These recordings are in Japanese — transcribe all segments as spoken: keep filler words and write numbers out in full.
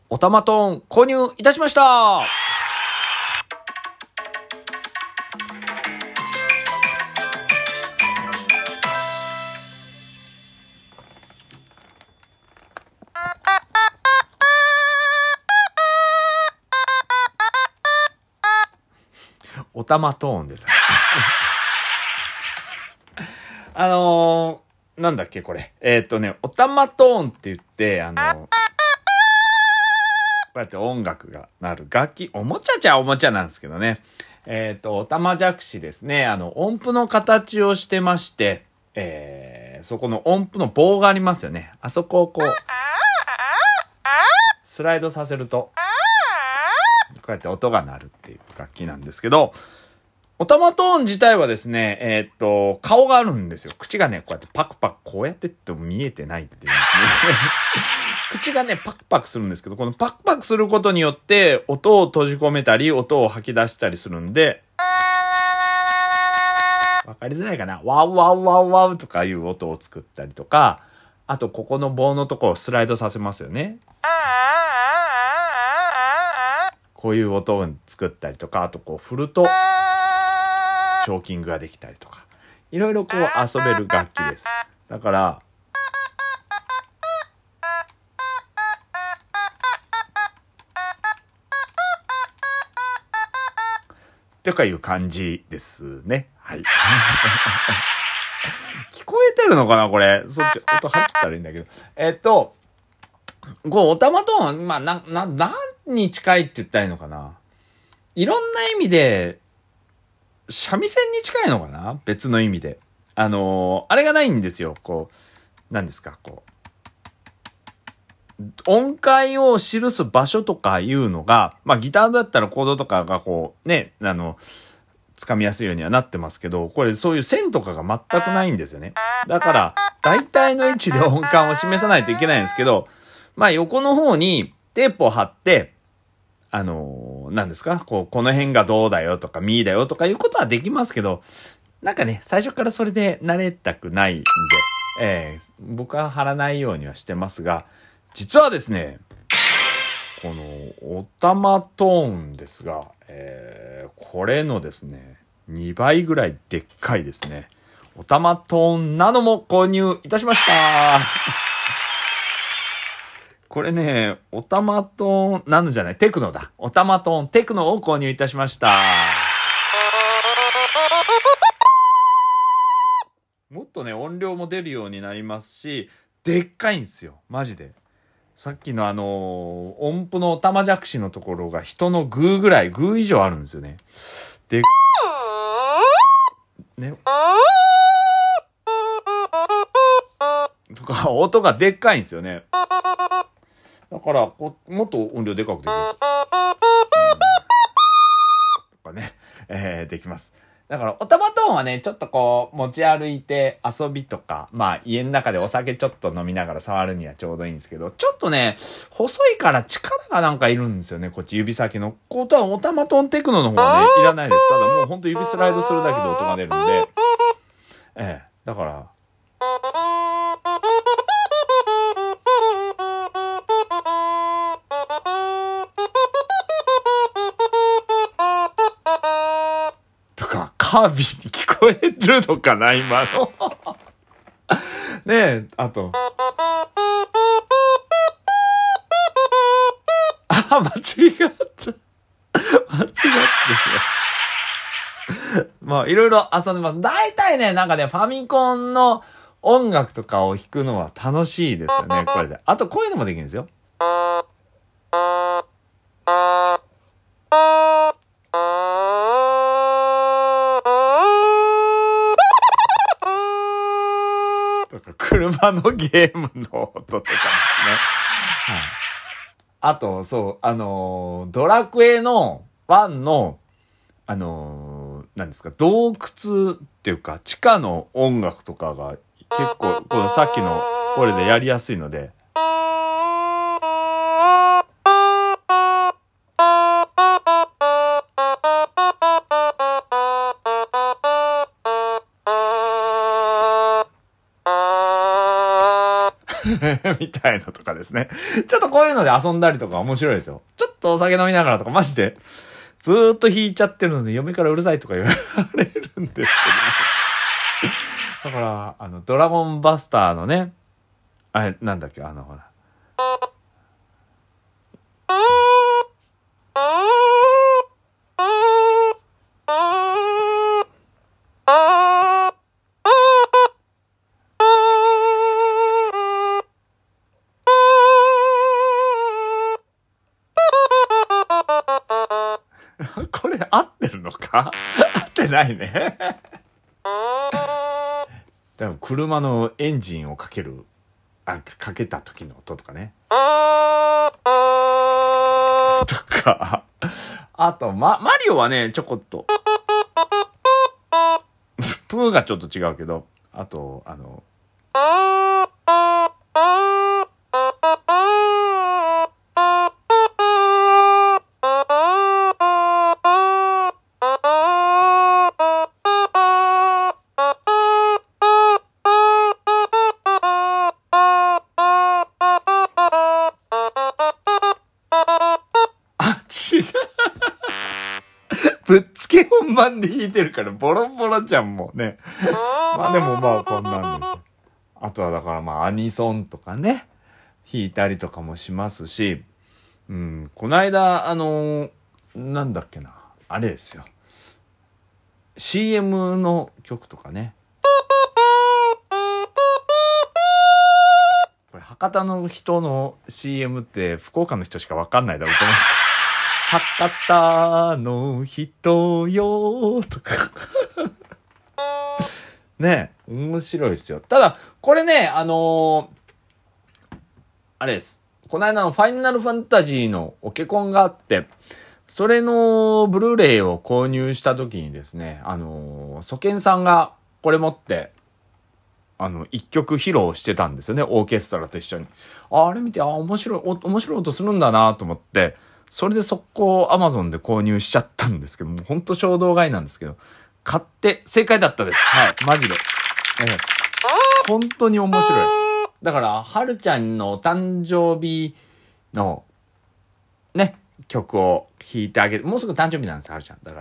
オタマトーン購入いたしました。オタマトーンです。あのー、なんだっけこれ。えー、っとね、オタマトーンって言って、あのー、こうやって音楽が鳴る楽器、おもちゃじゃおもちゃなんですけどね。えー、っと、オタマジャクシですね。あの、音符の形をしてまして、えー、そこの音符の棒がありますよね。あそこをこう、スライドさせると、こうやって音が鳴るっていう楽器なんですけど、オタマトーン自体はですね、えー、っと、顔があるんですよ。口がね、こうやってパクパク、こうやってっても見えてないっていうんですね。口がね、パクパクするんですけど、このパクパクすることによって、音を閉じ込めたり、音を吐き出したりするんで、わかりづらいかな？ワウワウワウワウとかいう音を作ったりとか、あと、ここの棒のところをスライドさせますよね。こういう音を作ったりとか、あとこう振ると、チョーキングができたりとか、いろいろこう遊べる楽器です。だから、とかいう感じですね。はい。聞こえてるのかなこれ。そっち、音入ってたらいいんだけど。えっと、こう、オタマトーン、まあ、な、な、何に近いって言ったらいいのかな。いろんな意味で、三味線に近いのかな別の意味で。あのー、あれがないんですよ。こう、何ですか、こう。音階を記す場所とかいうのが、まあギターだったらコードとかがこう、ね、あの、掴みやすいようにはなってますけど、これそういう線とかが全くないんですよね。だから、大体の位置で音感を示さないといけないんですけど、まあ横の方にテープを貼って、あのー、何ですかこう、この辺がどうだよとか、ミーだよとかいうことはできますけど、なんかね、最初からそれで慣れたくないんで、えー、僕は貼らないようにはしてますが、実はですね、この、オタマトーンですが、えー、これのですね、にばいぐらいでっかいですね、オタマトーンなのも購入いたしました。これね、オタマトーン、なのじゃない、テクノだ。オタマトーンテクノを購入いたしました。もっとね、音量も出るようになりますし、でっかいんですよ。マジで。さっきのあのー、音符のオタマジャクシのところが人のグーぐらい、グー以上あるんですよね。で、ね。とか、音がでっかいんですよね。だからこ、もっと音量でかくできます。とかね、えー、できます。だから、オタマトーンはね、ちょっとこう、持ち歩いて遊びとか、まあ、家の中でお酒ちょっと飲みながら触るにはちょうどいいんですけど、ちょっとね、細いから力がなんかいるんですよね、こっち指先の。ことは、オタマトーンテクノの方はね、いらないです。ただもうほんと指スライドするだけで音が出るんで、ええ、だから、カービィに聞こえるのかな今の。ねえ、あと。あ、間違った。間違ってしまう。まあ、いろいろ遊んでます。大体ね、なんかね、ファミコンの音楽とかを弾くのは楽しいですよね、これで。あと、こういうのもできるんですよ。車のゲームの音とかですね。はい。あと、そう、あのー、ドラクエのワンの、あのー、何ですか、洞窟っていうか、地下の音楽とかが結構、このさっきのこれでやりやすいので、 みたいのとかですね。ちょっとこういうので遊んだりとか面白いですよ。ちょっとお酒飲みながらとかマジで、ずーっと弾いちゃってるので嫁からうるさいとか言われるんですけど、ね、だから、あの、ドラゴンバスターのね、あれ、なんだっけ、あの、ほら。これ合ってるのか合ってないね。多分車のエンジンをかける、あ、かけた時の音とかね。とか、あと、ま、マリオはね、ちょこっと。プーがちょっと違うけど、あと、あの、違う。ぶっつけ本番で弾いてるからボロボロじゃんもうね。まあでもまあこんなんですよ。あとはだからまあアニソンとかね、弾いたりとかもしますし、うん、こないだあのー、なんだっけな、あれですよ。シーエム の曲とかね。これ博多の人の シーエム って福岡の人しかわかんないだろうと思います。博多の人よとかねえ、面白いですよ。ただこれね、あのー、あれです、この間のファイナルファンタジーのオケコンがあって、それのブルーレイを購入した時にですね、あのー、ソケンさんがこれ持ってあの一曲披露してたんですよね、オーケストラと一緒に。あ、あれ見て、あ、面白いお面白い音するんだなと思って、それで速攻 Amazon で購入しちゃったんですけども、ほんと衝動買いなんですけど、買って正解だったです。はい、マジで。ええ、本当に面白い。だから、はるちゃんのお誕生日の、ね、曲を弾いてあげる。もうすぐ誕生日なんですよ、はるちゃん。だから。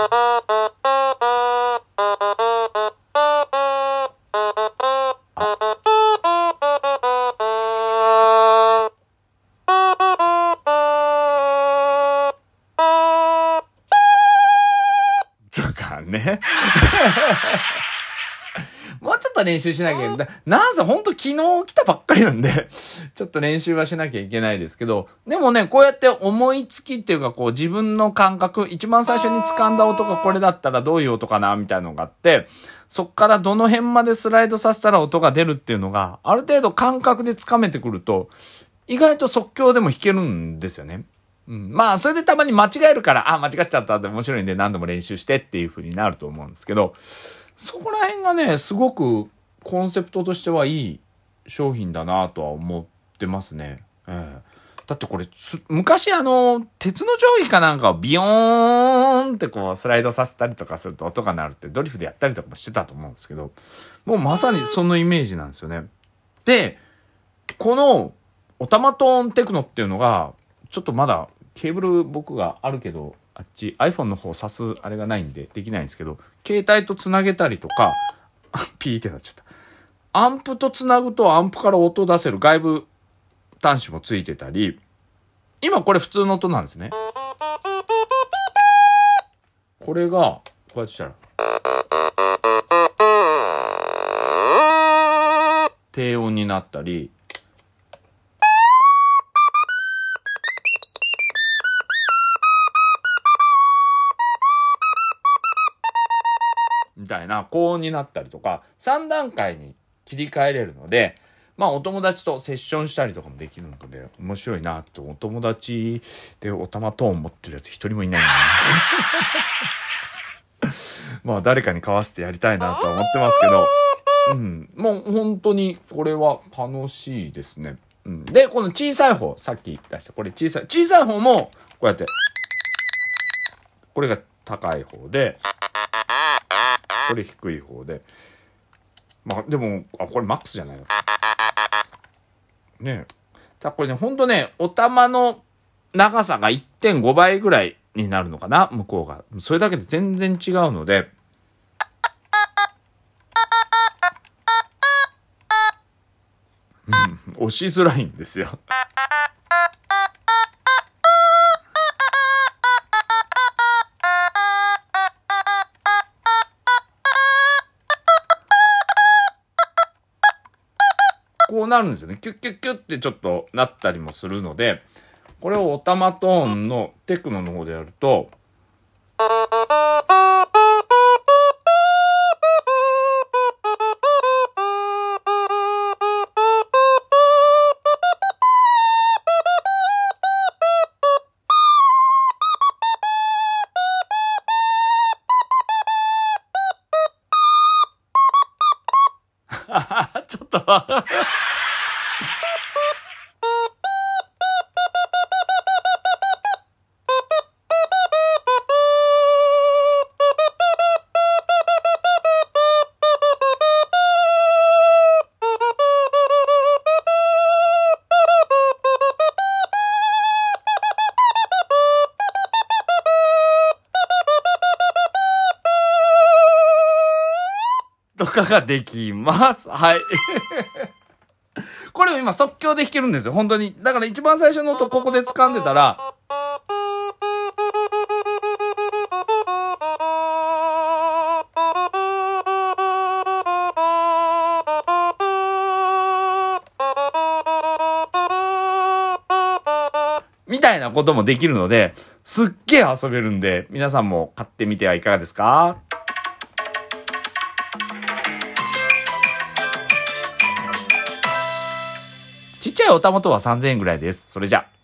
とかね。もうちょっと練習しなきゃいけない。なんせほんと昨日来たばっかりなんで、ちょっと練習はしなきゃいけないですけど、でもね、こうやって思いつきっていうか、こう自分の感覚、一番最初に掴んだ音がこれだったらどういう音かな、みたいなのがあって、そっからどの辺までスライドさせたら音が出るっていうのが、ある程度感覚で掴めてくると、意外と即興でも弾けるんですよね。うん、まあそれでたまに間違えるから、あ、間違っちゃったって面白いんで何度も練習してっていう風になると思うんですけど、そこら辺がね、すごくコンセプトとしてはいい商品だなとは思ってますね。ええ、だってこれ昔あの鉄の定規かなんかをビヨーンってこうスライドさせたりとかすると音が鳴るってドリフでやったりとかもしてたと思うんですけど、もうまさにそのイメージなんですよね。で、このオタマトーンテクノっていうのがちょっとまだケーブル僕があるけど、あっち iPhone の方挿すあれがないんでできないんですけど、携帯とつなげたりとか、ピーってなっちゃった。アンプとつなぐとアンプから音を出せる外部端子もついてたり、今これ普通の音なんですね。これがこうやってしたら低音になったり、みたいな高音になったりとかさん段階に切り替えれるので、まあお友達とセッションしたりとかもできるので面白いなと。お友達でオタマトーン持ってるやつ一人もいないんだなまあ誰かに買わせてやりたいなとは思ってますけど、うん、もう本当にこれは楽しいですね。うん、でこの小さい方、さっき出したこれ小さい小さい方もこうやってこれが高い方で、これ低い方で、まあでも、あ、これマックスじゃないの。 ね。だこれね、ほんとね、お玉の長さが いってんご 倍ぐらいになるのかな、向こうが。それだけで全然違うので、うん、押しづらいんですよ。こうなるんですよね。キュッキュッキュッってちょっとなったりもするので、これをオタマトーンのテクノの方でやると、ちょっととかができます。はい。これを今即興で弾けるんですよ。本当に。だから一番最初の音ここで掴んでたら、みたいなこともできるので、すっげえ遊べるんで、皆さんも買ってみてはいかがですか？ちっちゃいおたもとはさんぜんえんぐらいです。それじゃ。